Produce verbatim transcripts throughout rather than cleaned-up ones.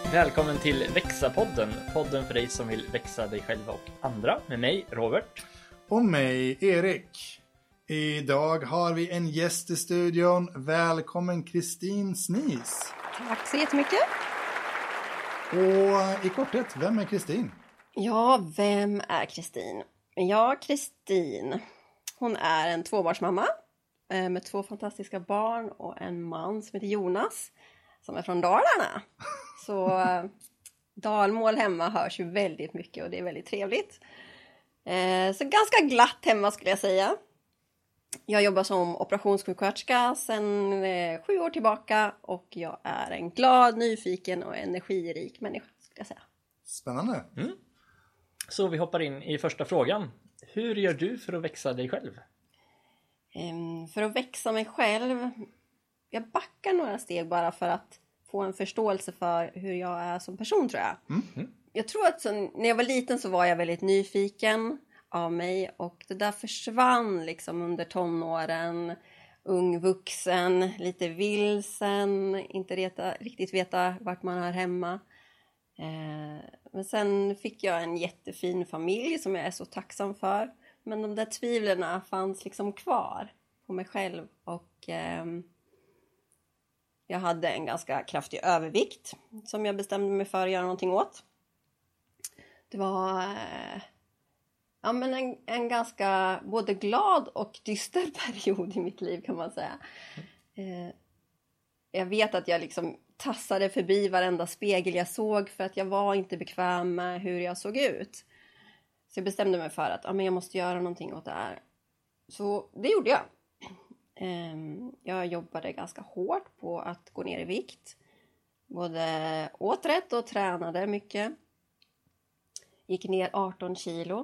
Välkommen till Växa-podden, podden för dig som vill växa dig själva och andra, med mig Robert. Och mig Erik. Idag har vi en gäst i studion. Välkommen Kristin Snis. Tack så jättemycket. Och i korthet, vem är Kristin? Ja, vem är Kristin? Ja, Kristin, hon är en tvåbarnsmamma med två fantastiska barn och en man som heter Jonas, som är från Dalarna. Så dalmål hemma hörs ju väldigt mycket och det är väldigt trevligt. Så ganska glatt hemma skulle jag säga. Jag jobbar som operationssjuksköterska sedan sju år tillbaka och jag är en glad, nyfiken och energirik människa skulle jag säga. Spännande. Mm. Så vi hoppar in i första frågan. Hur gör du för att växa dig själv? Um, för att växa mig själv, jag backar några steg bara för att få en förståelse för hur jag är som person, tror jag. Mm. Jag tror att så, när jag var liten så var jag väldigt nyfiken av mig och det där försvann liksom under tonåren, ung vuxen, lite vilsen, inte reta, riktigt veta vart man är hemma. Eh, men sen fick jag en jättefin familj som jag är så tacksam för. Men de där tvivlarna fanns liksom kvar på mig själv och eh, jag hade en ganska kraftig övervikt som jag bestämde mig för att göra någonting åt. Det var eh, ja, men en, en ganska både glad och dyster period i mitt liv kan man säga. Eh, jag vet att jag liksom tassade förbi varenda spegel jag såg för att jag var inte bekväm med hur jag såg ut. Så jag bestämde mig för att ja, men jag måste göra någonting åt det här. Så det gjorde jag. Jag jobbade ganska hårt på att gå ner i vikt. Både åt rätt och tränade mycket. Gick ner arton kilo.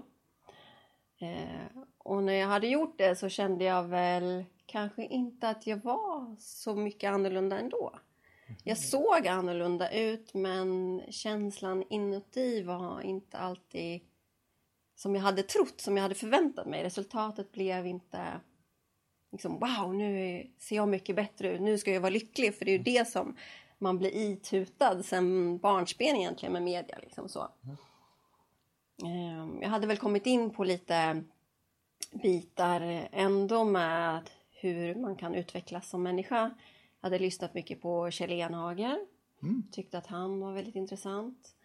Och när jag hade gjort det så kände jag väl kanske inte att jag var så mycket annorlunda ändå. Jag såg annorlunda ut men känslan inuti var inte alltid som jag hade trott, som jag hade förväntat mig. Resultatet blev inte liksom, wow, nu ser jag mycket bättre ut. Nu ska jag vara lycklig, för det är ju det som man blir itutad sen barnsben egentligen med media. Liksom så. Jag hade väl kommit in på lite bitar ändå med hur man kan utvecklas som människa. Jag hade lyssnat mycket på Kjell Enhager. Mm. Tyckte att han var väldigt intressant.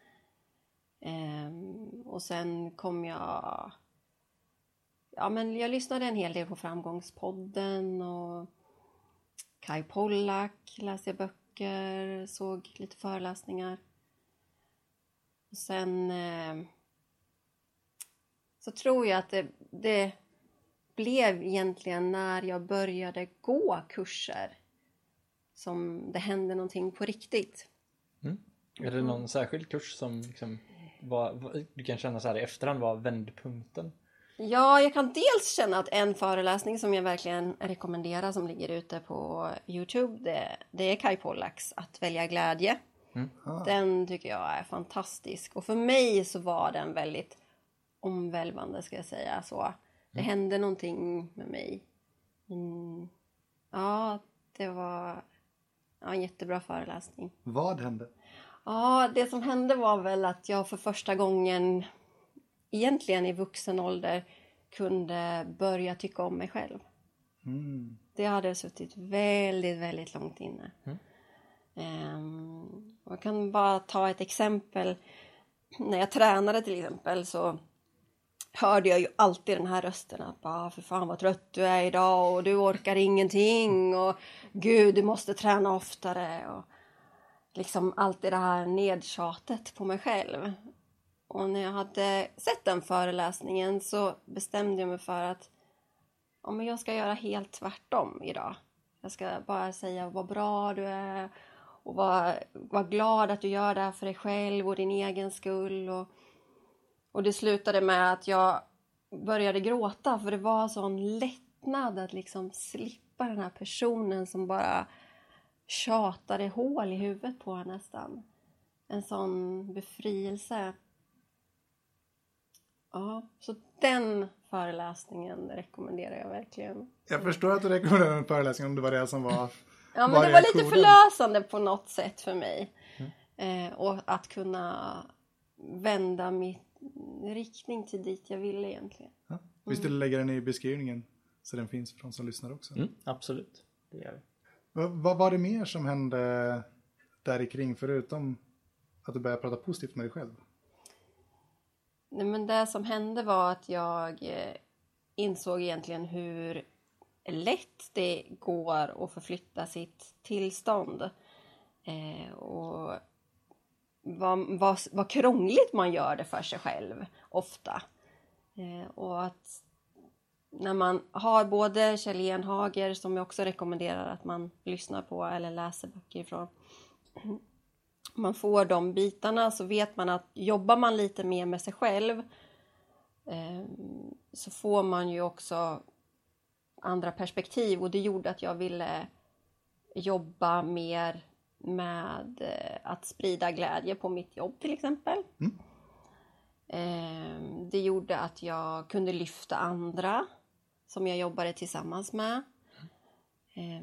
Um, och sen kom jag ja men jag lyssnade en hel del på Framgångspodden och Kai Pollak, läste jag böcker, såg lite föreläsningar och sen eh, så tror jag att det, det blev egentligen när jag började gå kurser som det hände någonting på riktigt. Mm. Är det någon särskild kurs som liksom var, du kan känna så här i efterhand var vändpunkten? Ja, jag kan dels känna att en föreläsning som jag verkligen rekommenderar som ligger ute på YouTube, det, det är Kai Pollaks Att välja glädje. Mm. Ah. Den tycker jag är fantastisk. Och för mig så var den väldigt omvälvande, ska jag säga. Så det mm. hände någonting med mig. Mm. Ja, det var ja, en jättebra föreläsning. Vad hände? Ja, det som hände var väl att jag för första gången egentligen i vuxen ålder kunde börja tycka om mig själv. Mm. Det hade suttit väldigt, väldigt långt inne. Mm. Um, jag kan bara ta ett exempel. När jag tränade till exempel så hörde jag ju alltid den här rösten att bara, för fan vad trött du är idag och du orkar ingenting och gud du måste träna oftare och liksom alltid det här nedtjatet på mig själv. Och när jag hade sett den föreläsningen så bestämde jag mig för att ja, men jag ska göra helt tvärtom idag. Jag ska bara säga vad bra du är och var, var glad att du gör det här för dig själv och din egen skull. Och, och det slutade med att jag började gråta för det var sån lättnad att liksom slippa den här personen som bara tjatade hål i huvudet på henne nästan. En sån befrielse. Ja, så den föreläsningen rekommenderar jag verkligen. Jag förstår att du rekommenderar en föreläsning om det var det som var... Ja, men var det var lite koden. förlösande på något sätt för mig. Eh, och att kunna vända min riktning till dit jag ville egentligen. Ja. Vi skulle lägga den i beskrivningen så den finns för de som lyssnar också. Mm, absolut, det gör vi. Vad, vad var det mer som hände där kring förutom att du började prata positivt med dig själv? Nej, men det som hände var att jag eh, insåg egentligen hur lätt det går att förflytta sitt tillstånd. Eh, och vad, vad, vad krångligt man gör det för sig själv ofta. Eh, och att när man har både Kjell Enhager, som jag också rekommenderar att man lyssnar på eller läser böcker ifrån. Man får de bitarna, så vet man att jobbar man lite mer med sig själv eh, så får man ju också andra perspektiv. Och det gjorde att jag ville jobba mer med eh, att sprida glädje på mitt jobb till exempel. Mm. Eh, det gjorde att jag kunde lyfta andra som jag jobbade tillsammans med. Eh,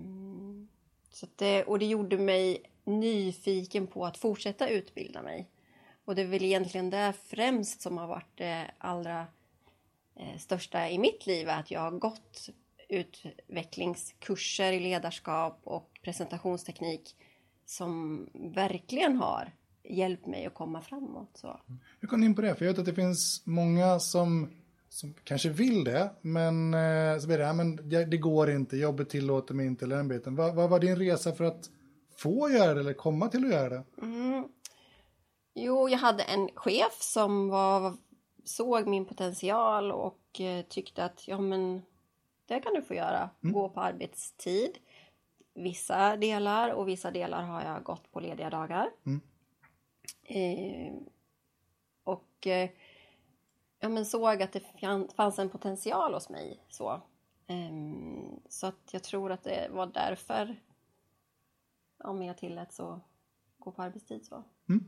så att det, och det gjorde mig nyfiken på att fortsätta utbilda mig. Och det är väl egentligen det främst som har varit det allra eh, största i mitt liv. Att jag har gått utvecklingskurser i ledarskap och presentationsteknik som verkligen har hjälpt mig att komma framåt. Så. Hur kom ni in på det? För jag vet att det finns många som, som kanske vill det, men, eh, så blir det, ja, men det, det går inte, jobbet tillåter mig inte, eller den biten. Vad, vad var din resa för att få göra det eller komma till att göra det? Mm. Jo, jag hade en chef som var, såg min potential och eh, tyckte att ja, men det kan du få göra. Mm. Gå på arbetstid. Vissa delar och vissa delar har jag gått på lediga dagar. Mm. Eh, och eh, ja, men såg att det fanns en potential hos mig. Så, eh, så att jag tror att det var därför om jag tillät så gå på arbetstid. Så. Mm.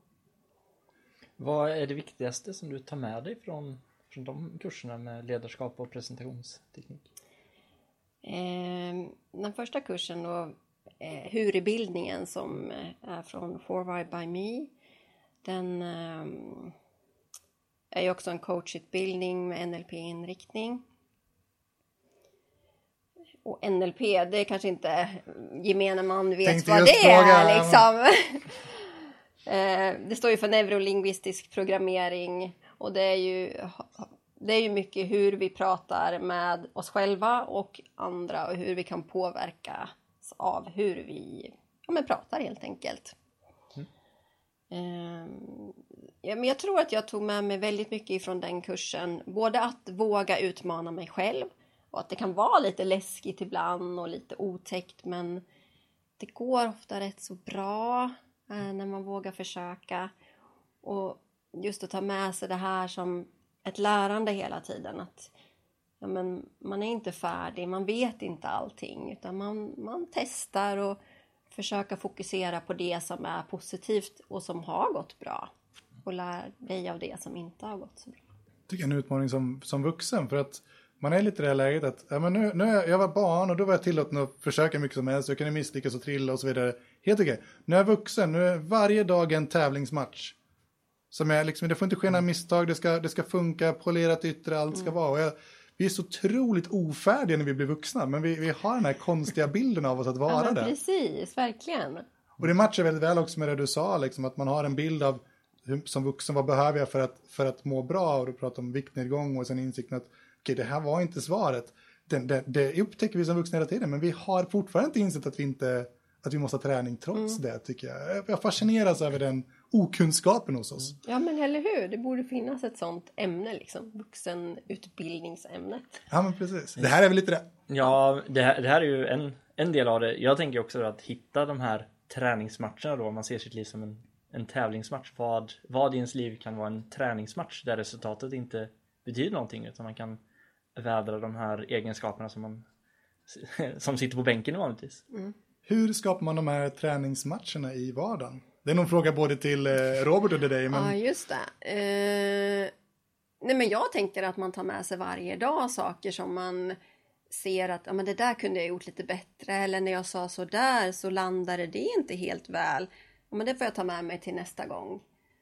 Vad är det viktigaste som du tar med dig från, från de kurserna med ledarskap och presentationsteknik? Eh, den första kursen då, eh, Huribildningen, som är från Forward by Me. Den eh, är ju också en coachutbildning med N L P-inriktning. Och N L P, det är kanske inte gemene man vet Tänkte vad det är. Liksom. Det står ju för neurolingvistisk programmering. Och det är ju, det är ju mycket hur vi pratar med oss själva och andra. Och hur vi kan påverkas av hur vi ja, men pratar helt enkelt. Mm. Ja, men jag tror att jag tog med mig väldigt mycket ifrån den kursen. Både att våga utmana mig själv. Och att det kan vara lite läskigt ibland och lite otäckt. Men det går ofta rätt så bra eh, när man vågar försöka. Och just att ta med sig det här som ett lärande hela tiden. Att ja, men man är inte färdig, man vet inte allting. Utan man, man testar och försöker fokusera på det som är positivt och som har gått bra. Och lär dig av det som inte har gått så bra. Jag tycker det är en utmaning som, som vuxen, för att man är lite i det här läget att ja, men nu, nu är jag, jag var barn och då var jag tillåten att försöka mycket som helst. Jag kunde misslyckas och trilla och så vidare. Helt okej. Nu är jag vuxen. Nu är varje dag en tävlingsmatch. Som är liksom, det får inte ske några misstag. Det ska, det ska funka, polerat yttre, allt ska mm. vara. Och jag, vi är så otroligt ofärdiga när vi blir vuxna. Men vi, vi har den här konstiga bilden av oss att vara ja, det. Precis, verkligen. Och det matchar väldigt väl också med det du sa. Liksom, att man har en bild av hur, som vuxen, vad behöver jag för att, för att må bra. Och du pratar om viktnedgång och sen insikten att okej, det här var inte svaret. Det, det, det upptäcker vi som vuxna hela tiden. Men vi har fortfarande inte insett att vi, inte, att vi måste ha träning trots mm. det, tycker jag. Jag fascineras över den okunskapen hos oss. Ja, men eller hur? Det borde finnas ett sånt ämne, liksom. Vuxenutbildningsämnet. Ja, men precis. Det här är väl lite det. Ja, det här, det här är ju en, en del av det. Jag tänker också att hitta de här träningsmatcherna då. Man ser sitt liv som en, en tävlingsmatch. Vad, vad i ens liv kan vara en träningsmatch där resultatet inte betyder någonting, utan man kan vädra de här egenskaperna som man som sitter på bänken vanligtvis. Mm. Hur skapar man de här träningsmatcherna i vardagen? Det är någon fråga både till Robert och till dig. Men... Ja, just det. Eh, nej, men jag tänker att man tar med sig varje dag saker som man ser att ja, men det där kunde jag gjort lite bättre. Eller när jag sa så där så landade det inte helt väl. men det får jag ta med mig till nästa gång.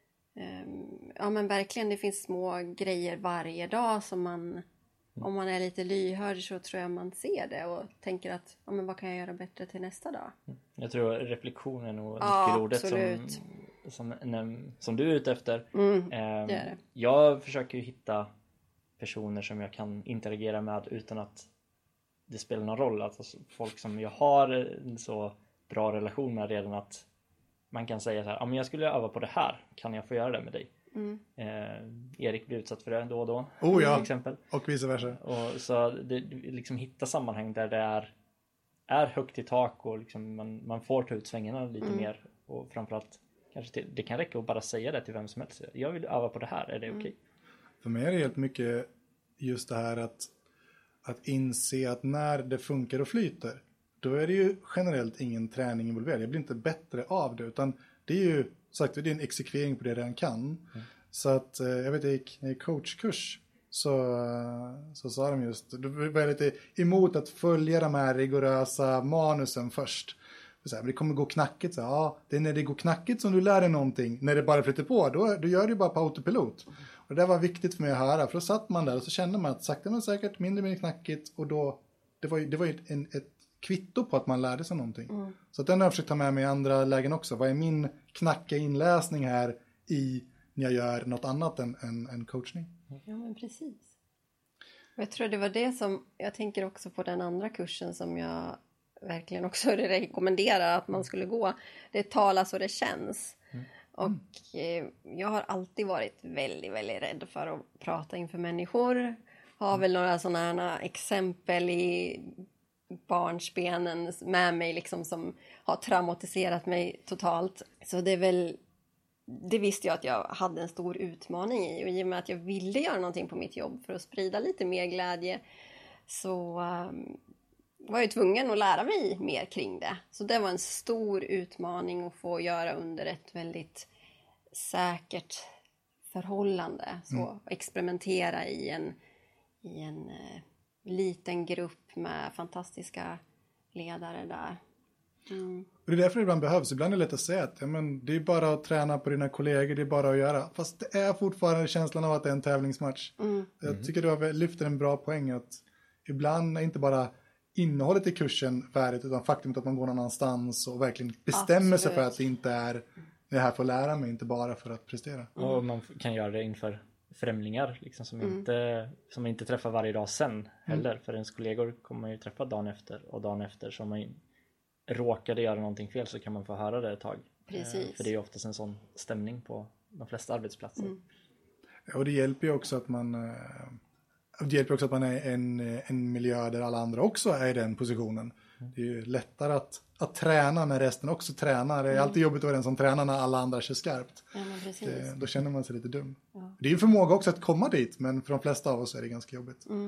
Ja men verkligen, det finns små grejer varje dag som man, mm. om man är lite lyhörd så tror jag man ser det och tänker att, ja men vad kan jag göra bättre till nästa dag? Jag tror reflektionen och ja, nyckelordet som, som, som du är ute efter. Mm, det är det. Jag försöker ju hitta personer som jag kan interagera med utan att det spelar någon roll. Alltså folk som jag har en så bra relation med redan att man kan säga så här, ja men jag skulle öva på det här, kan jag få göra det med dig? Mm. Eh, Erik blir utsatt för det då och då. Oh ja, till exempel. Och vice versa. Och så det, liksom hitta sammanhang där det är, är högt i tak och liksom man, man får ta ut svängarna lite mm. mer. Och framförallt, kanske till, det kan räcka att bara säga det till vem som helst. Jag vill öva på det här, är det mm. okej? Okay? För mig är det helt mycket just det här att, att inse att när det funkar och flyter, då är det ju generellt ingen träning involverad. Jag blir inte bättre av det, utan det är ju sagt, det är en exekvering på det jag redan kan. Mm. Så att jag vet, jag gick i coachkurs så, så sa de just, då var jag lite emot att följa de här rigorösa manusen först. Så här, det kommer gå knackigt. Så här, ja, det är när det går knackigt som du lär dig någonting. När det bara flyter på, då, då gör du bara på autopilot. Och det var viktigt för mig att höra, för då satt man där och så kände man att sakta men säkert, mindre och mindre knackigt. Och då, det var ju, det var ju en, ett kvitto på att man lärde sig någonting. Mm. Så att den har jag försökt ta med mig i andra lägen också. Vad är min knacka inläsning här i när jag gör något annat än, än, än coachning? Ja men precis. Och jag tror det var det som, jag tänker också på den andra kursen som jag verkligen också rekommenderar att man skulle gå. Det talas och det känns. Mm. Och eh, jag har alltid varit väldigt, väldigt rädd för att prata inför människor. Har väl några sådana här exempel i barnsbenen med mig liksom som har traumatiserat mig totalt. Så det är väl, det visste jag att jag hade en stor utmaning i. Och i och med att jag ville göra någonting på mitt jobb för att sprida lite mer glädje så um, var jag tvungen att lära mig mer kring det. Så det var en stor utmaning att få göra under ett väldigt säkert förhållande. Så mm. experimentera i en, i en uh, liten grupp med fantastiska ledare där. Mm. Och det är därför det ibland behövs. Ibland är det lätt att säga att ja, men det är bara att träna på dina kollegor, det är bara att göra. Fast det är fortfarande känslan av att det är en tävlingsmatch. Mm. Jag tycker du har lyfter en bra poäng att ibland är inte bara innehållet i kursen värdet utan faktumet att man går någon annanstans och verkligen bestämmer Absolut. sig för att det inte är det här för att lära mig, inte bara för att prestera. Mm. Och man kan göra det inför främlingar liksom, som, mm. inte, som man inte träffar varje dag sen heller. Mm. För ens kollegor kommer man ju träffa dagen efter och dagen efter så man råkade göra någonting fel så kan man få höra det ett tag. Precis. Eh, för det är ju oftast en sån stämning på de flesta arbetsplatser. Mm. Och det hjälper ju också att man eh, det hjälper också att man är en, en miljö där alla andra också är i den positionen. Mm. Det är ju lättare att, att träna när resten också tränar. Det är mm. alltid jobbigt att vara den som tränar när alla andra kör skarpt. Ja, men precis. Det, då känner man sig lite dum. Ja. Det är ju förmåga också att komma dit, men för de flesta av oss är det ganska jobbigt. Mm.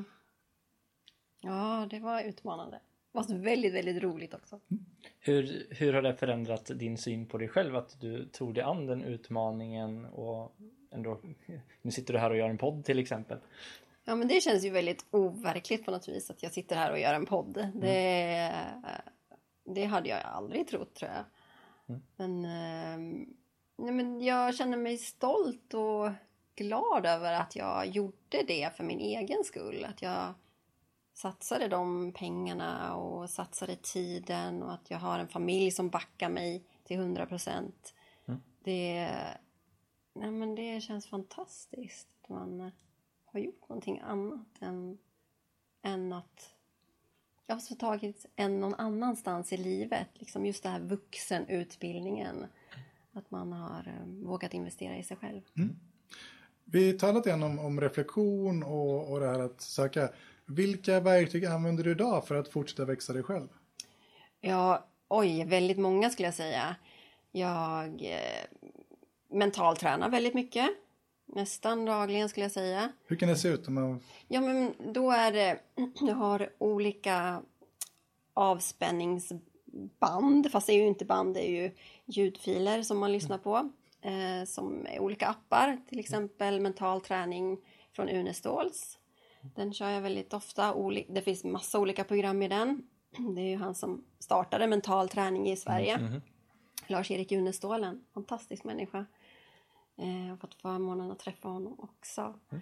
Ja, det var utmanande. Det var väldigt, väldigt roligt också. Mm. Hur, hur har det förändrat din syn på dig själv att du tog dig an den utmaningen och ändå, nu sitter du här och gör en podd till exempel. Ja, men det känns ju väldigt overkligt på något vis att jag sitter här och gör en podd. Mm. Det, det hade jag aldrig trott tror jag. Mm. Men, nej, men jag känner mig stolt och glad över att jag gjorde det för min egen skull. Att jag satsade de pengarna och satsade tiden och att jag har en familj som backar mig till hundra procent. Mm. Det, nej, men det känns fantastiskt att man har gjort någonting annat än, än att jag har tagit en någon annanstans i livet. Liksom just det här vuxenutbildningen. Att man har um, vågat investera i sig själv. Mm. Vi talat igen om, om reflektion och, och det här att söka. Vilka verktyg använder du idag för att fortsätta växa dig själv? Ja, oj, väldigt många skulle jag säga. Jag eh, mentaltränar väldigt mycket. Nästan dagligen skulle jag säga. Hur kan det se ut? Om man... Ja, men då är det, jag har olika avspänningsband. Fast det är ju inte band, det är ju ljudfiler som man lyssnar på. Eh, som är olika appar. Till exempel mental träning från Uneståls. Den kör jag väldigt ofta. Det finns massa olika program i den. Det är ju han som startade mental träning i Sverige. Mm, mm. Lars-Erik Unestålen, fantastisk människa. Eh, jag har fått förmånen att träffa honom också. Mm.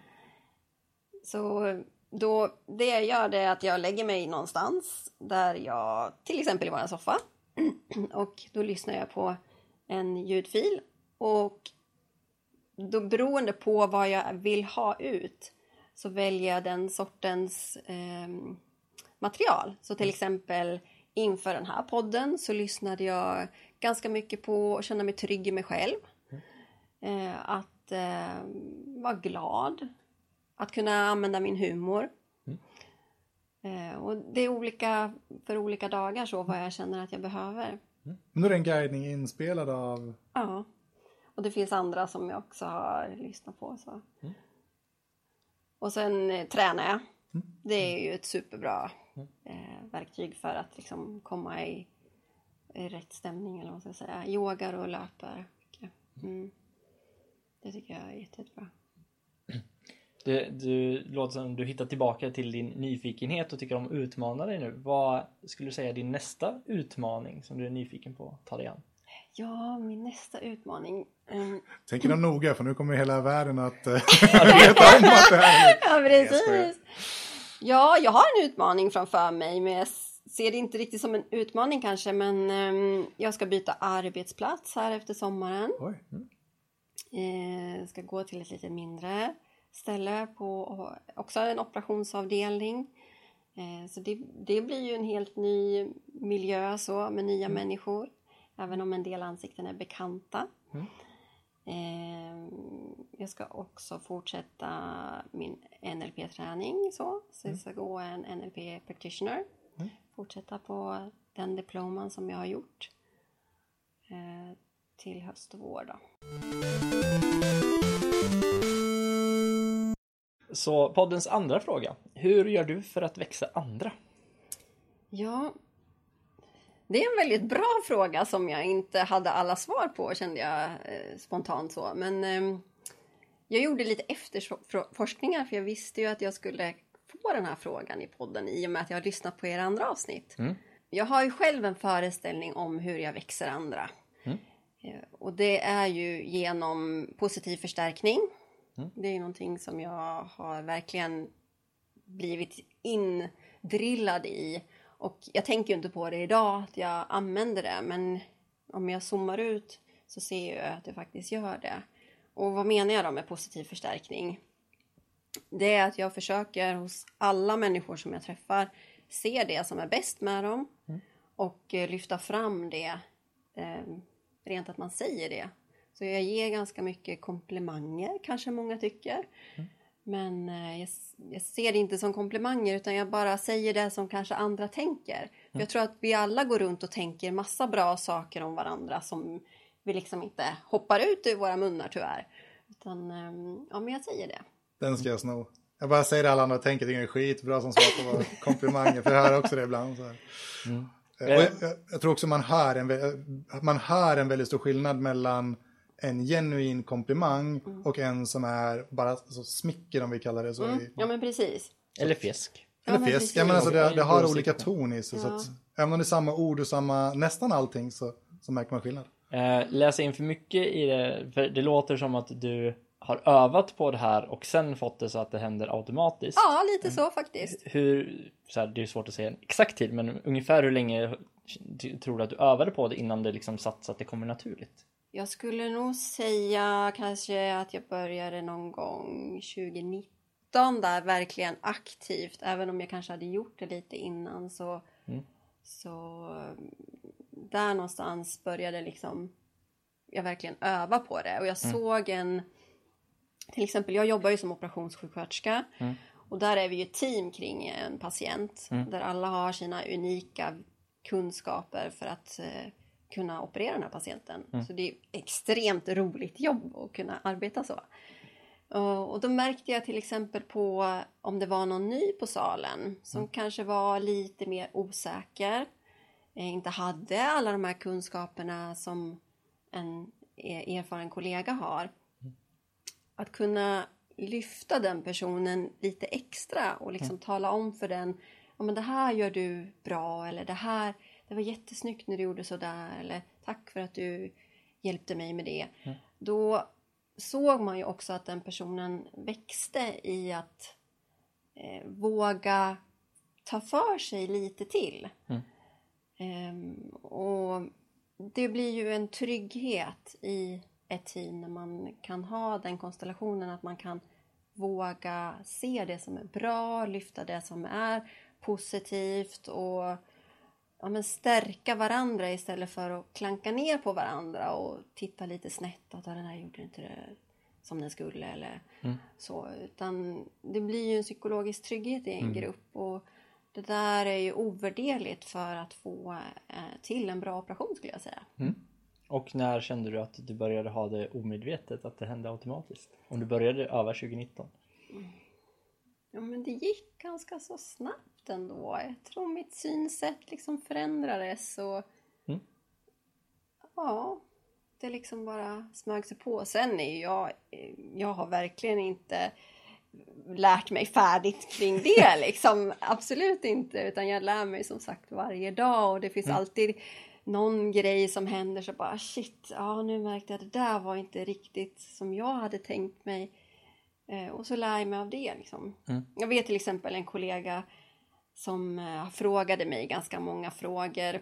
Så då, det jag gör det är att jag lägger mig någonstans där jag, till exempel i vår soffa. Och då lyssnar jag på en ljudfil. Och då beroende på vad jag vill ha ut så väljer jag den sortens eh, material. Så till exempel inför den här podden så lyssnade jag ganska mycket på att känna mig trygg i mig själv. Eh, att eh, vara glad. Att kunna använda min humor. Mm. Eh, och det är olika för olika dagar så vad jag känner att jag behöver. Mm. Nu är det en guidning inspelad av... Ja. Och det finns andra som jag också har lyssnat på. Så. Mm. Och sen eh, tränar jag. Mm. Det är ju ett superbra eh, verktyg för att liksom komma i, i rätt stämning. Eller vad ska jag säga. Yogar och löper. Mm. Det tycker jag är jätte, jättebra. Du, du låter som du hittar tillbaka till din nyfikenhet och tycker om att utmana dig nu. Vad skulle du säga är din nästa utmaning som du är nyfiken på att ta dig an? Ja, min nästa utmaning. Um... Tänker du noga för nu kommer hela världen att uh, veta om att det här är... Ja, precis. Ja, jag har en utmaning framför mig men jag ser det inte riktigt som en utmaning kanske. Men um, jag ska byta arbetsplats här efter sommaren. Oj. Mm. Uh, ska gå till ett lite mindre ställe på också en operationsavdelning. Eh, så det, det blir ju en helt ny miljö så med nya mm. människor. Även om en del ansikten är bekanta. Mm. Eh, jag ska också fortsätta min N L P-träning så. Så jag ska mm. gå en N L P practitioner. Mm. Fortsätta på den diploman som jag har gjort. Eh, till höst och vår då. Så poddens andra fråga. Hur gör du för att växa andra? Ja, det är en väldigt bra fråga som jag inte hade alla svar på kände jag eh, spontant så. Men eh, jag gjorde lite efterforskningar för jag visste ju att jag skulle få den här frågan i podden i och med att jag har lyssnat på era andra avsnitt. Mm. Jag har ju själv en föreställning om hur jag växer andra. Mm. Eh, och det är ju genom positiv förstärkning. Mm. Det är ju någonting som jag har verkligen blivit indrillad i. Och jag tänker ju inte på det idag att jag använder det. Men om jag zoomar ut så ser jag att jag faktiskt gör det. Och vad menar jag då med positiv förstärkning? Det är att jag försöker hos alla människor som jag träffar se det som är bäst med dem. Mm. Och lyfta fram det. Eh, rent att man säger det. Så jag ger ganska mycket komplimanger, kanske många tycker. Mm. Men eh, jag, jag ser det inte som komplimanger utan jag bara säger det som kanske andra tänker. Mm. För jag tror att vi alla går runt och tänker massa bra saker om varandra som vi liksom inte hoppar ut ur våra munnar tyvärr. Utan eh, ja, men jag säger det. Den ska jag sno. Jag bara säger det alla andra tänker det är skitbra som svar på våra komplimanger. För jag hör också det ibland. Så här. Mm. Och jag, jag, jag tror också man hör, en, man hör en väldigt stor skillnad mellan en genuin komplimang mm. och en som är bara så smicker om vi kallar det så. Mm. Ja men precis. Eller fisk. Eller ja, fisk. Ja, men alltså det, det har olika ton i sig. Ja. Så att, även om det är samma ord och samma nästan allting så, så märker man skillnad. Eh, läsa in för mycket i det. För det låter som att du har övat på det här och sen fått det så att det händer automatiskt. Ja, lite så faktiskt. Hur, så här, det är svårt att säga en exakt tid, men ungefär hur länge tror du att du övade på det innan det liksom satt så att det kommer naturligt? Jag skulle nog säga kanske att jag började någon gång tjugonitton där verkligen aktivt. Även om jag kanske hade gjort det lite innan så, mm. så där någonstans började liksom jag verkligen öva på det. Och jag mm. såg en, till exempel jag jobbar ju som operationssjuksköterska. Mm. Och där är vi ju team kring en patient. Mm. Där alla har sina unika kunskaper för att eh, kunna operera den här patienten. Mm. Så det är extremt roligt jobb att kunna arbeta så. Och, och då märkte jag till exempel på om det var någon ny på salen. Som mm. kanske var lite mer osäker. Eh, inte hade alla de här kunskaperna som en erfaren kollega har. Mm. Att kunna lyfta den personen lite extra. Och liksom mm. tala om för den. Ja men det här gör du bra. Eller det här. Det var jättesnyggt när du gjorde så där. Eller tack för att du hjälpte mig med det. Mm. Då såg man ju också att den personen växte i att eh, våga ta för sig lite till. Mm. Ehm, och det blir ju en trygghet i ett team när man kan ha den konstellationen att man kan våga se det som är bra, lyfta det som är positivt och ja, men stärka varandra istället för att klanka ner på varandra och titta lite snett att den här gjorde inte det som den skulle eller Mm. så, utan det blir ju en psykologisk trygghet i en Mm. grupp och det där är ju ovärderligt för att få eh, till en bra operation skulle jag säga. Mm. Och när kände du att du började ha det omedvetet, att det hände automatiskt? Om du började öva tjugonitton? Mm. Ja, men det gick ganska så snabbt ändå. Jag tror mitt synsätt liksom förändrades och Mm. ja, det liksom bara smög sig på. Sen är jag, jag har verkligen inte lärt mig färdigt kring det liksom. Absolut inte, utan jag lär mig som sagt varje dag och det finns Mm. alltid någon grej som händer så bara shit, ja nu märkte jag att det där var inte riktigt som jag hade tänkt mig. Eh, och så lär jag mig av det liksom. Mm. Jag vet till exempel en kollega som eh, frågade mig ganska många frågor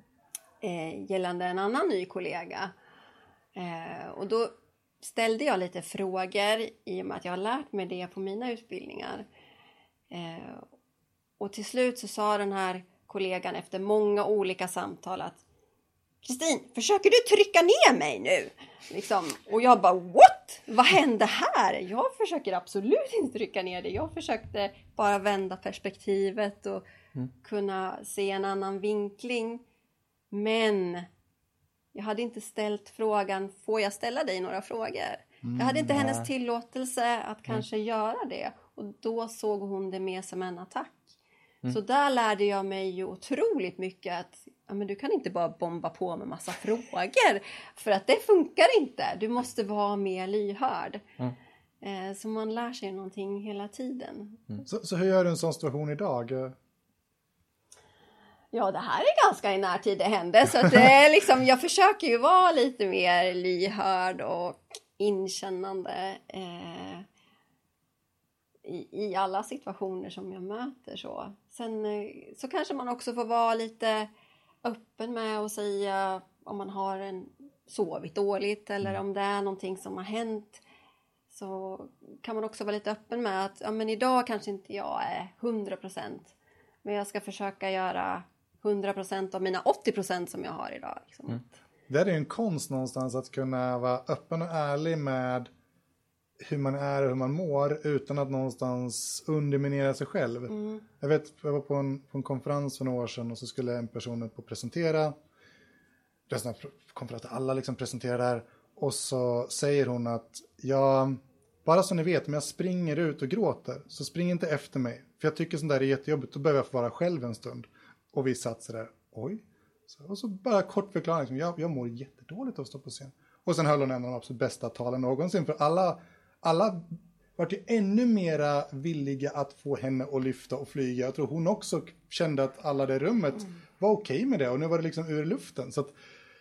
eh, gällande en annan ny kollega. Eh, och då ställde jag lite frågor i och med att jag har lärt mig det på mina utbildningar. Eh, och till slut så sa den här kollegan efter många olika samtal att Kristin, försöker du trycka ner mig nu? Liksom. Och jag bara, what? Vad hände här? Jag försöker absolut inte trycka ner dig. Jag försökte bara vända perspektivet och Mm. kunna se en annan vinkling. Men jag hade inte ställt frågan, får jag ställa dig några frågor? Jag hade inte nej. hennes tillåtelse att kanske göra det. Och då såg hon det mer som en attack. Mm. Så där lärde jag mig ju otroligt mycket att ja, men du kan inte bara bomba på med massa frågor. För att det funkar inte. Du måste vara mer lyhörd. Mm. Eh, så man lär sig någonting hela tiden. Så, så hur gör du en sån situation idag? Ja, det här är ganska i närtid det hände. Så att det är liksom, jag försöker ju vara lite mer lyhörd och inkännande eh, i, i alla situationer som jag möter. Så. Sen eh, så kanske man också får vara lite öppen med att säga om man har en, sovit dåligt eller om det är någonting som har hänt. Så kan man också vara lite öppen med att ja, men idag kanske inte jag är hundra procent. Men jag ska försöka göra hundra procent av mina åttio procent som jag har idag. Liksom. Mm. Det är ju en konst någonstans att kunna vara öppen och ärlig med hur man är och hur man mår utan att någonstans underminera sig själv. Mm. Jag vet, jag var på en, på en konferens för några år sedan och så skulle en person upp och presentera. Det är en sån här konferens där alla liksom presenterar där. Och så säger hon att jag, bara så ni vet, om jag springer ut och gråter så spring inte efter mig. För jag tycker sånt där är jättejobbigt, då behöver jag få vara själv en stund. Och vi satt så där, oj. Så, och så bara kort förklaring, liksom, jag, jag mår jättedåligt av att stå på scen. Och sen höll hon en av de absolut bästa talen någonsin. För alla, alla var ju ännu mera villiga att få henne att lyfta och flyga. Jag tror hon också kände att alla det rummet mm. var okej med det. Och nu var det liksom ur luften. Så att,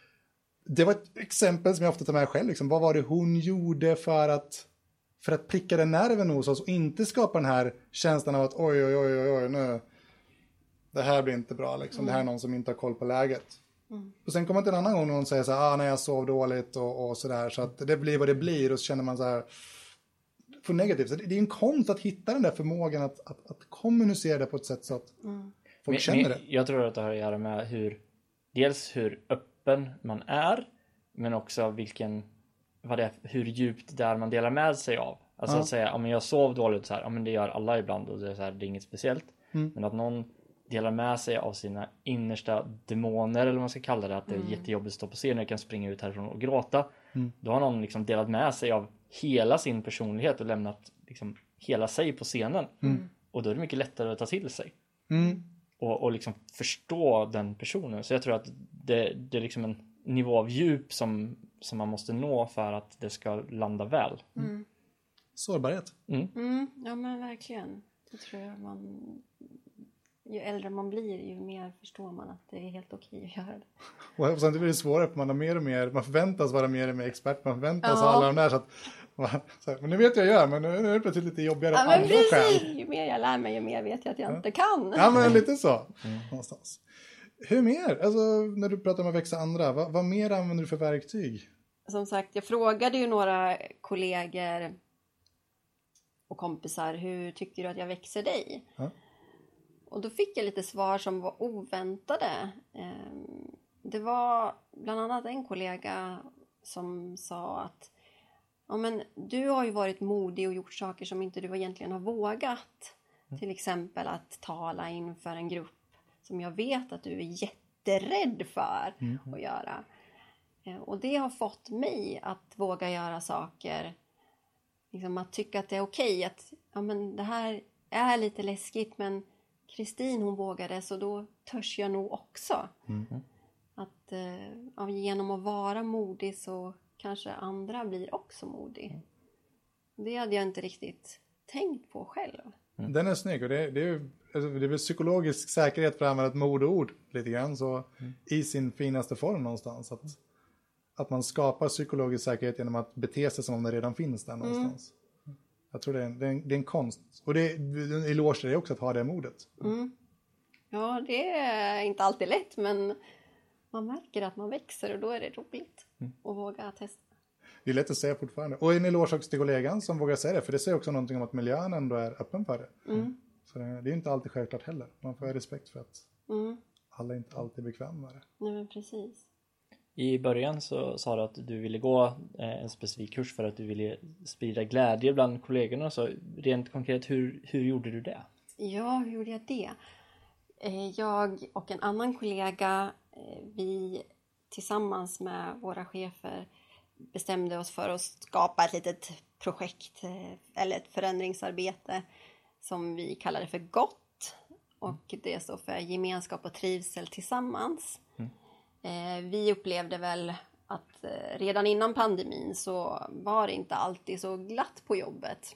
det var ett exempel som jag ofta tar med själv. Liksom. Vad var det hon gjorde för att, för att pricka den nerven hos oss och inte skapa den här känslan av att oj, oj, oj, oj, oj nu, det här blir inte bra. Liksom. Mm. Det här är någon som inte har koll på läget. Mm. Och sen kommer det en annan gång någon säger så här, ah, nej, jag sov dåligt och, och sådär. Så att det blir vad det blir och så känner man så här, för negativt. Så det, det är en konst att hitta den där förmågan att, att, att kommunicera det på ett sätt så att mm. folk men, känner men, det. Jag tror att det har att göra med hur, dels hur öppen man är, men också vilken, vad det är, hur djupt där man delar med sig av. Alltså ja. Att säga, ja men jag sov dåligt så här, ja men det gör alla ibland och det är, så här, det är inget speciellt. Mm. Men att någon delar med sig av sina innersta demoner, eller vad man ska kalla det, att det är mm. jättejobbigt att stå på scen och jag kan springa ut härifrån och gråta. Mm. Då har någon liksom delat med sig av hela sin personlighet och lämnat liksom hela sig på scenen. Mm. Och då är det mycket lättare att ta till sig. Mm. Och, och liksom förstå den personen. Så jag tror att det, det är liksom en nivå av djup som, som man måste nå för att det ska landa väl. Mm. Sårbarhet. Mm. Mm, ja men verkligen. Det tror jag man... ju äldre man blir, ju mer förstår man att det är helt okej att göra det. Och samtidigt blir det svårare, för man har mer och mer, man förväntas vara mer och mer expert, man förväntas Ja. ha alla de där, så att, så här, men nu vet jag jag gör, men nu är det plötsligt lite jobbigare Ja, av men andra precis. skäl. Ju mer jag lär mig, ju mer vet jag att jag inte kan. Ja, men lite så, någonstans. Hur mer? Alltså, när du pratar om att växa andra, vad, vad mer använder du för verktyg? Som sagt, jag frågade ju några kollegor och kompisar, hur tycker du att jag växer dig? Ja. Och då fick jag lite svar som var oväntade. Ehm, Det var bland annat en kollega som sa att ja, men du har ju varit modig och gjort saker som inte du egentligen har vågat. Mm. Till exempel att tala inför en grupp som jag vet att du är jätterädd för mm. att göra. Och det har fått mig att våga göra saker. Liksom att tycka att det är okej. Att ja, men det här är lite läskigt, men Kristin hon vågade, så då törs jag nog också. Mm. Att ja, genom att vara modig så kanske andra blir också modig. Mm. Det hade jag inte riktigt tänkt på själv. Mm. Den är snygg, och det, det, är, alltså, det är väl psykologisk säkerhet för att använda ett modeord lite grann, så mm. i sin finaste form någonstans. Att, att man skapar psykologisk säkerhet genom att bete sig som om det redan finns där någonstans. Mm. Jag tror det är, en, det, är en, det är en konst. Och det är eloge det också att ha det modet. Mm. Ja, det är inte alltid lätt, men man märker att man växer och då är det roligt mm. att våga testa. Det är lätt att säga fortfarande. Och en eloge också till kollegan som vågar säga det, för det säger också någonting om att miljön ändå är öppen för det. Mm. Så det, det är inte alltid självklart heller. Man får ha respekt för att mm. alla är inte alltid bekväma med det. Nej, men precis. I början så sa du att du ville gå en specifik kurs för att du ville sprida glädje bland kollegorna. Så rent konkret, hur, hur gjorde du det? Ja, hur gjorde jag det? Jag och en annan kollega, vi tillsammans med våra chefer bestämde oss för att skapa ett litet projekt eller ett förändringsarbete som vi kallade för GOTT. Och det står för gemenskap och trivsel tillsammans. Mm. Vi upplevde väl att redan innan pandemin så var det inte alltid så glatt på jobbet.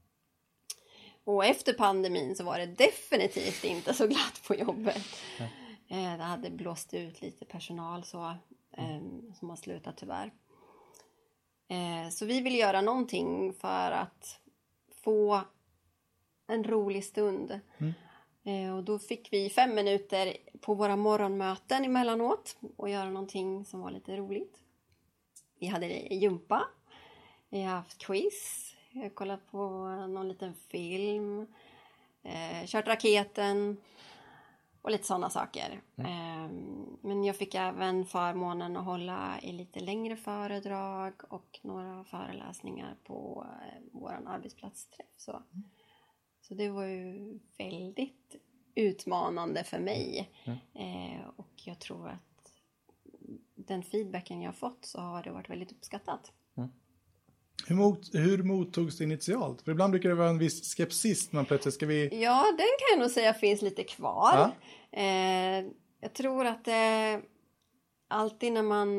Och efter pandemin så var det definitivt inte så glatt på jobbet. Mm. Det hade blåst ut lite personal så, mm. som har slutat tyvärr. Så vi ville göra någonting för att få en rolig stund. Mm. Och då fick vi fem minuter på våra morgonmöten emellanåt och göra någonting som var lite roligt. Vi hade jumpa. Vi har haft quiz. Jag har kollat på någon liten film. Eh, kört raketen. Och lite sådana saker. Mm. Eh, men jag fick även förmånen att hålla i lite längre föredrag. Och några föreläsningar på eh, vår arbetsplatsträff. Så. Mm. så det var ju väldigt utmanande för mig. Mm. Eh, och jag tror att den feedbacken jag har fått så har det varit väldigt uppskattat. Mm. Hur, mot, hur mottogs det initialt? För ibland brukar det vara en viss skepsis. Man plötsligt ska vi... Ja, den kan jag nog säga finns lite kvar. Ja. Eh, jag tror att eh, alltid när man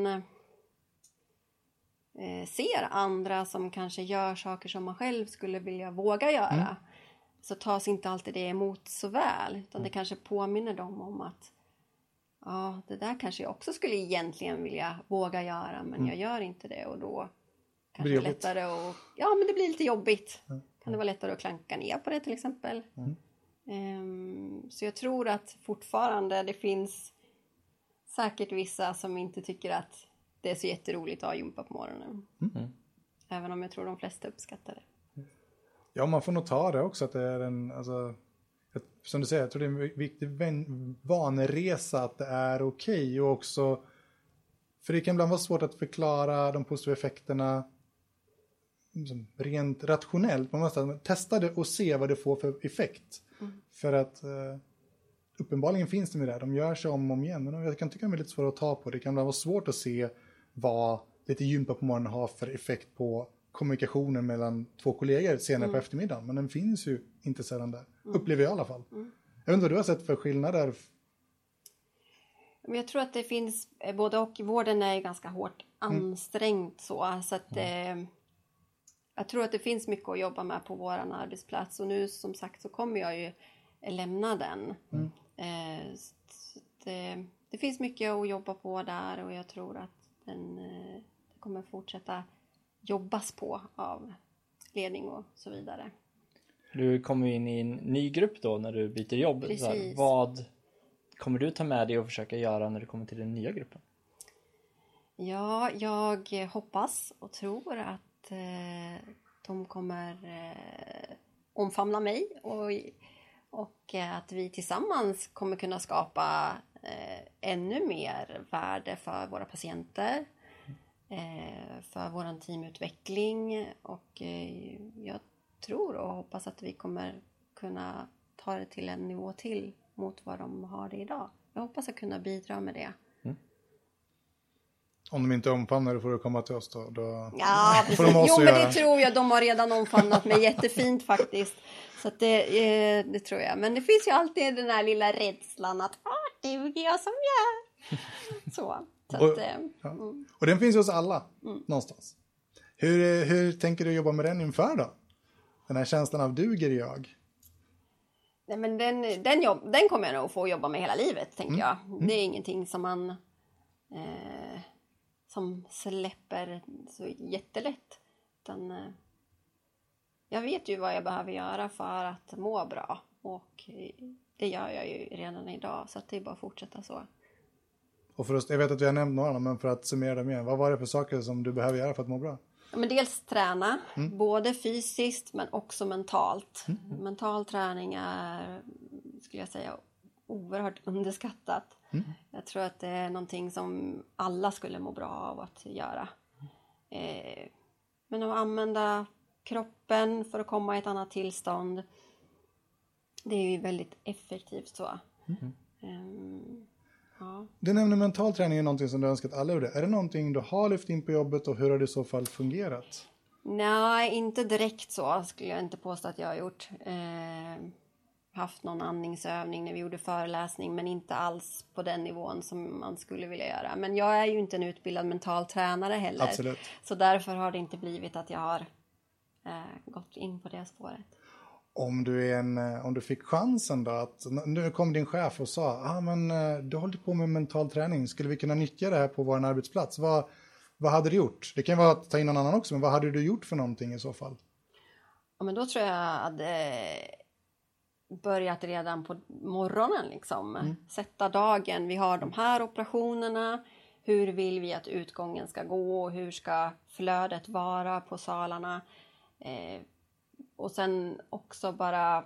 eh, ser andra som kanske gör saker som man själv skulle vilja våga göra. Mm. Så tas inte alltid det emot så väl. Utan det kanske påminner dem om att ja, det där kanske jag också skulle egentligen vilja våga göra. Men mm. jag gör inte det och då... Kanske det lättare och, ja, men det blir lite jobbigt. Mm. Kan det vara lättare att klanka ner på det till exempel. Mm. Um, så jag tror att fortfarande det finns säkert vissa som inte tycker att det är så jätteroligt att ha jumpa på morgonen. Mm. Även om jag tror de flesta uppskattar det. Ja, man får nog ta det också att det är en, alltså, ett, som du säger, jag tror det är en viktig vaneresa att det är okej. Okay. Och också, för det kan ibland vara svårt att förklara de positiva effekterna rent rationellt. Man måste testa det och se vad det får för effekt. Mm. För att uh, uppenbarligen finns det med det. De gör sig om och om igen. Men jag kan tycka att det är lite svårt att ta på. Det kan vara svårt att se vad lite gympa på morgonen har för effekt på kommunikationen mellan två kollegor senare mm. på eftermiddagen. Men den finns ju inte sällan där. Mm. Upplever jag i alla fall. Mm. Jag vet inte vad du har sett för skillnader. Jag tror att det finns både och. Vården är ganska hårt ansträngt mm. så. Så att mm. eh, jag tror att det finns mycket att jobba med på våran arbetsplats. Och nu som sagt så kommer jag ju lämna den. Mm. Eh, det, det finns mycket att jobba på där och jag tror att den eh, kommer fortsätta jobbas på av ledning och så vidare. Du kommer in i en ny grupp då när du byter jobb. Så här, vad kommer du ta med dig och försöka göra när du kommer till den nya gruppen? Ja, jag hoppas och tror att eh, de kommer eh, omfamna mig och, och eh, att vi tillsammans kommer kunna skapa eh, ännu mer värde för våra patienter, eh, för vår teamutveckling och eh, jag tror och hoppas att vi kommer kunna ta det till en nivå till mot vad de har det idag. Jag hoppas att kunna bidra med det. Mm. Om de inte omfamnar det får du komma till oss då. då ja, får de jo, men göra. det tror jag. De har redan omfamnat mig jättefint faktiskt. Så att det, eh, det tror jag. Men det finns ju alltid den här lilla rädslan att ah, det är jag som gör. Så. så och, att, eh, ja. mm. och den finns ju hos alla Mm. någonstans. Hur, hur tänker du jobba med den inför då? Den här känslan av duger jag? Nej, men den, den, jobb, den kommer jag nog få jobba med hela livet, tänker Mm. jag. Mm. Det är ingenting som man eh, som släpper så jättelätt. Utan, eh, jag vet ju vad jag behöver göra för att må bra. Och det gör jag ju redan idag. Så att det är bara att fortsätta så. Och för oss, jag vet att vi har nämnt några, men för att summera dem igen. Vad var det för saker som du behöver göra för att må bra? Ja, men dels träna, Mm. både fysiskt men också mentalt. Mm. Mental träning är, skulle jag säga, oerhört underskattat. Mm. Jag tror att det är någonting som alla skulle må bra av att göra. Eh, men att använda kroppen för att komma i ett annat tillstånd, det är ju väldigt effektivt så. Mm. Um, ja. Du nämner mental träning är någonting som du önskat alla gjorde. Är det någonting du har lyft in på jobbet och hur har det i så fall fungerat? Nej, inte direkt så skulle jag inte påstå att jag har gjort. Eh, haft någon andningsövning när vi gjorde föreläsning, men inte alls på den nivån som man skulle vilja göra. Men jag är ju inte en utbildad mental tränare heller. Absolut. Så därför har det inte blivit att jag har eh, gått in på det spåret. Om du, är en, om du fick chansen då, att nu kom din chef och sa ah, men du håller på med mental träning, skulle vi kunna nyttja det här på vår arbetsplats? Vad, vad hade du gjort? Det kan vara att ta in någon annan också, men vad hade du gjort för någonting i så fall? Ja, men då tror jag hade börjat redan på morgonen liksom. Mm. Sätta dagen, vi har de här operationerna. Hur vill vi att utgången ska gå? Hur ska flödet vara på salarna? Eh, och sen också bara,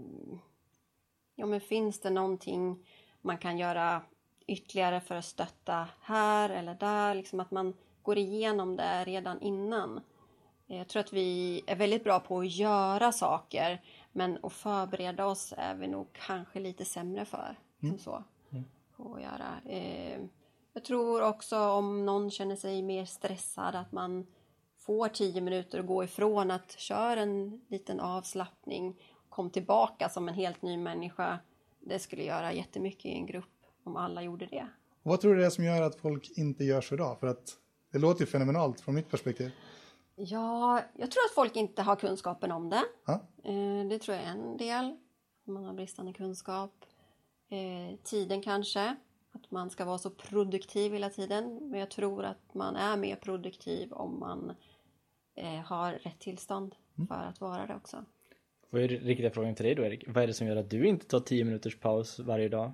ja men finns det någonting man kan göra ytterligare för att stötta här eller där? Liksom att man går igenom det redan innan. Jag tror att vi är väldigt bra på att göra saker, men att förbereda oss är vi nog kanske lite sämre för. Mm. Som så, Mm. på att göra. Eh, jag tror också om någon känner sig mer stressad att man får tio minuter att gå ifrån att köra en liten avslappning. Kom tillbaka som en helt ny människa. Det skulle göra jättemycket i en grupp om alla gjorde det. Och vad tror du det är som gör att folk inte gör så idag? För att det låter ju fenomenalt från mitt perspektiv. Ja, jag tror att folk inte har kunskapen om det. Ja. Eh, det tror jag är en del. Man har bristande kunskap. Eh, tiden kanske. Att man ska vara så produktiv hela tiden. Men jag tror att man är mer produktiv om man eh, har rätt tillstånd för att vara det också. Vad är riktiga frågan till dig då, Erik? Vad är det som gör att du inte tar tio minuters paus varje dag?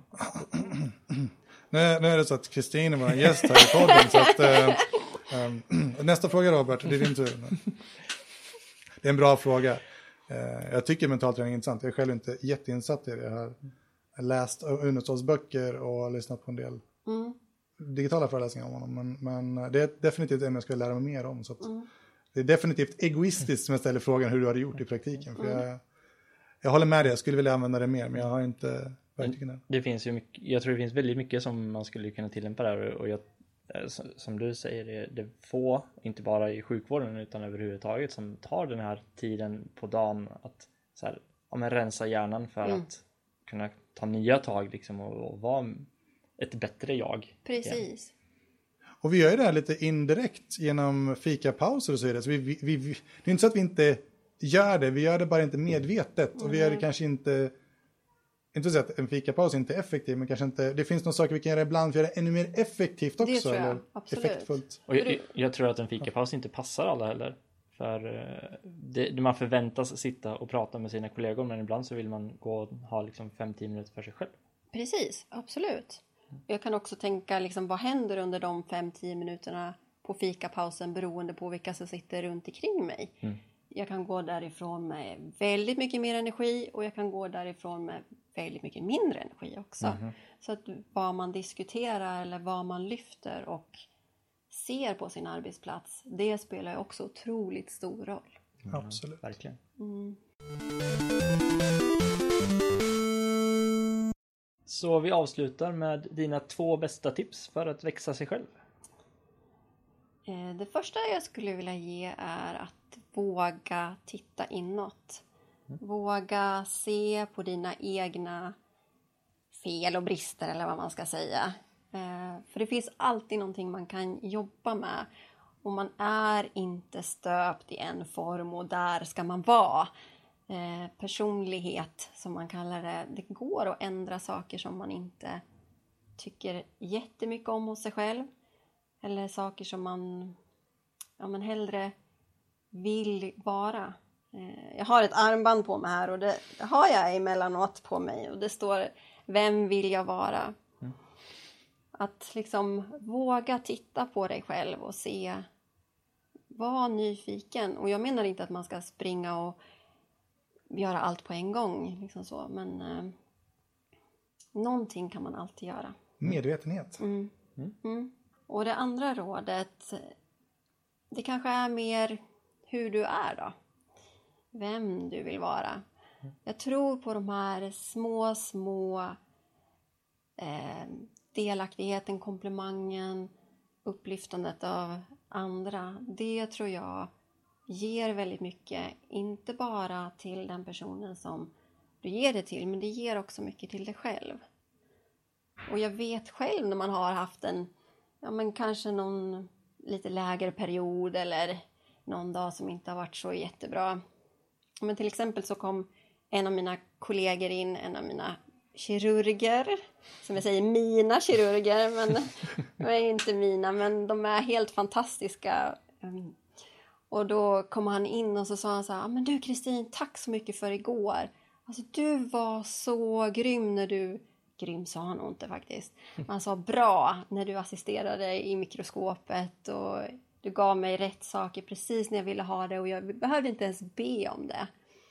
Nu, nu är det så att Kristin är vår gäst här i podden. Så att, eh, eh, nästa fråga Robert, det är din tur. Det är en bra fråga. Eh, jag tycker mental träning är intressant. Jag är själv inte jätteinsatt i det. Jag har läst underståndsböcker och lyssnat på en del Mm. digitala föreläsningar om honom. Men, men det är definitivt en jag ska lära mig mer om. Så att Mm. det är definitivt egoistiskt som jag ställer frågan hur du har det gjort i praktiken. För jag, jag håller med dig, jag skulle vilja använda det mer, men jag har inte verkligen det. Det finns ju mycket, jag tror det finns väldigt mycket som man skulle kunna tillämpa där, och jag, som du säger, det är, det är få, inte bara i sjukvården utan överhuvudtaget, som tar den här tiden på dagen att så här, ja, men rensa hjärnan för Mm. att kunna ta nya tag liksom, och, och vara ett bättre jag. Precis. Igen. Och vi gör ju det här lite indirekt genom fikapauser och så vidare. Så vi, vi, vi, det är inte så att vi inte gör det, vi gör det bara inte medvetet. Och vi gör det kanske inte inte så att en fikapaus inte är effektiv, men kanske inte, det finns några saker vi kan göra ibland för att göra det ännu mer effektivt också. Det tror jag, eller absolut. effektfullt. Och jag, jag tror att en fikapaus inte passar alla heller. För det, man förväntas sitta och prata med sina kollegor, men ibland så vill man gå och ha liksom fem till tio minuter för sig själv. Precis, absolut. Jag kan också tänka liksom, vad händer under de fem till tio minuterna på fikapausen beroende på vilka som sitter runt omkring mig. Mm. Jag kan gå därifrån med väldigt mycket mer energi och jag kan gå därifrån med väldigt mycket mindre energi också. Mm. Så att vad man diskuterar eller vad man lyfter och ser på sin arbetsplats, det spelar ju också otroligt stor roll. Mm. Absolut. Verkligen. Mm. Så vi avslutar med dina två bästa tips för att växa sig själv. Det första jag skulle vilja ge är att våga titta inåt. Mm. Våga se på dina egna fel och brister eller vad man ska säga. För det finns alltid någonting man kan jobba med. Och man är inte stöpt i en form och där ska man vara. Personlighet som man kallar det. Det går att ändra saker som man inte tycker jättemycket om hos sig själv. Eller saker som man ja, men hellre vill vara. Jag har ett armband på mig här och det har jag emellanåt på mig. Och det står, vem vill jag vara? Mm. Att liksom våga titta på dig själv och se, var nyfiken. Och jag menar inte att man ska springa och göra allt på en gång. Liksom så. Men eh, någonting kan man alltid göra. Medvetenhet. Mm. Mm. Mm. Och det andra rådet, det kanske är mer hur du är då. Vem du vill vara. Jag tror på de här små, små eh, delaktigheten, komplimangen, upplyftandet av andra. Det tror jag ger väldigt mycket. Inte bara till den personen som du ger det till, men det ger också mycket till dig själv. Och jag vet själv när man har haft en ja, men kanske någon lite lägre period eller någon dag som inte har varit så jättebra. Men till exempel så kom en av mina kollegor in, en av mina kirurger. Som jag säger, mina kirurger, men de är inte mina, men de är helt fantastiska. Och då kom han in och så sa han så här, men du Kristin, tack så mycket för igår. Alltså du var så grym när du... Grym sa han nog inte faktiskt. Han sa bra när du assisterade i mikroskopet och du gav mig rätt saker precis när jag ville ha det och jag behövde inte ens be om det.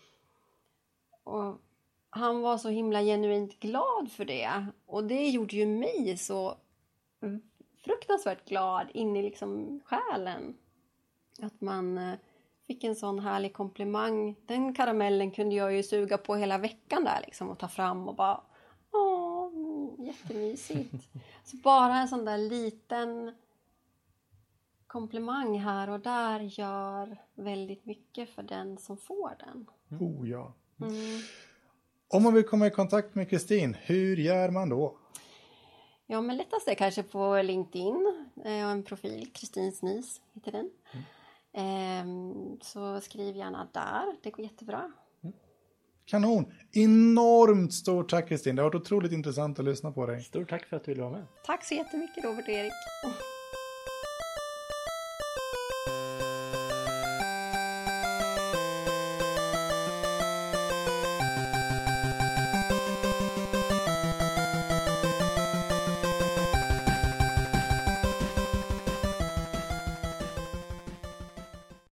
Och han var så himla genuint glad för det och det gjorde ju mig så fruktansvärt glad in i liksom själen. Att man fick en sån härlig komplimang. Den karamellen kunde jag ju suga på hela veckan där liksom och ta fram och bara åh, jättemysigt. Så bara en sån där liten komplimang här och där gör väldigt mycket för den som får den. Oh ja. Mm. Om man vill komma i kontakt med Kristin, hur gör man då? Ja, men lättast är kanske på LinkedIn. Jag har en profil, Kristin Snis heter den. Mm. Så skriv gärna där, det går jättebra. Kanon! Enormt stort tack Kristin, det har varit otroligt intressant att lyssna på dig. Stort tack för att du ville vara med. Tack så jättemycket Robert och Erik.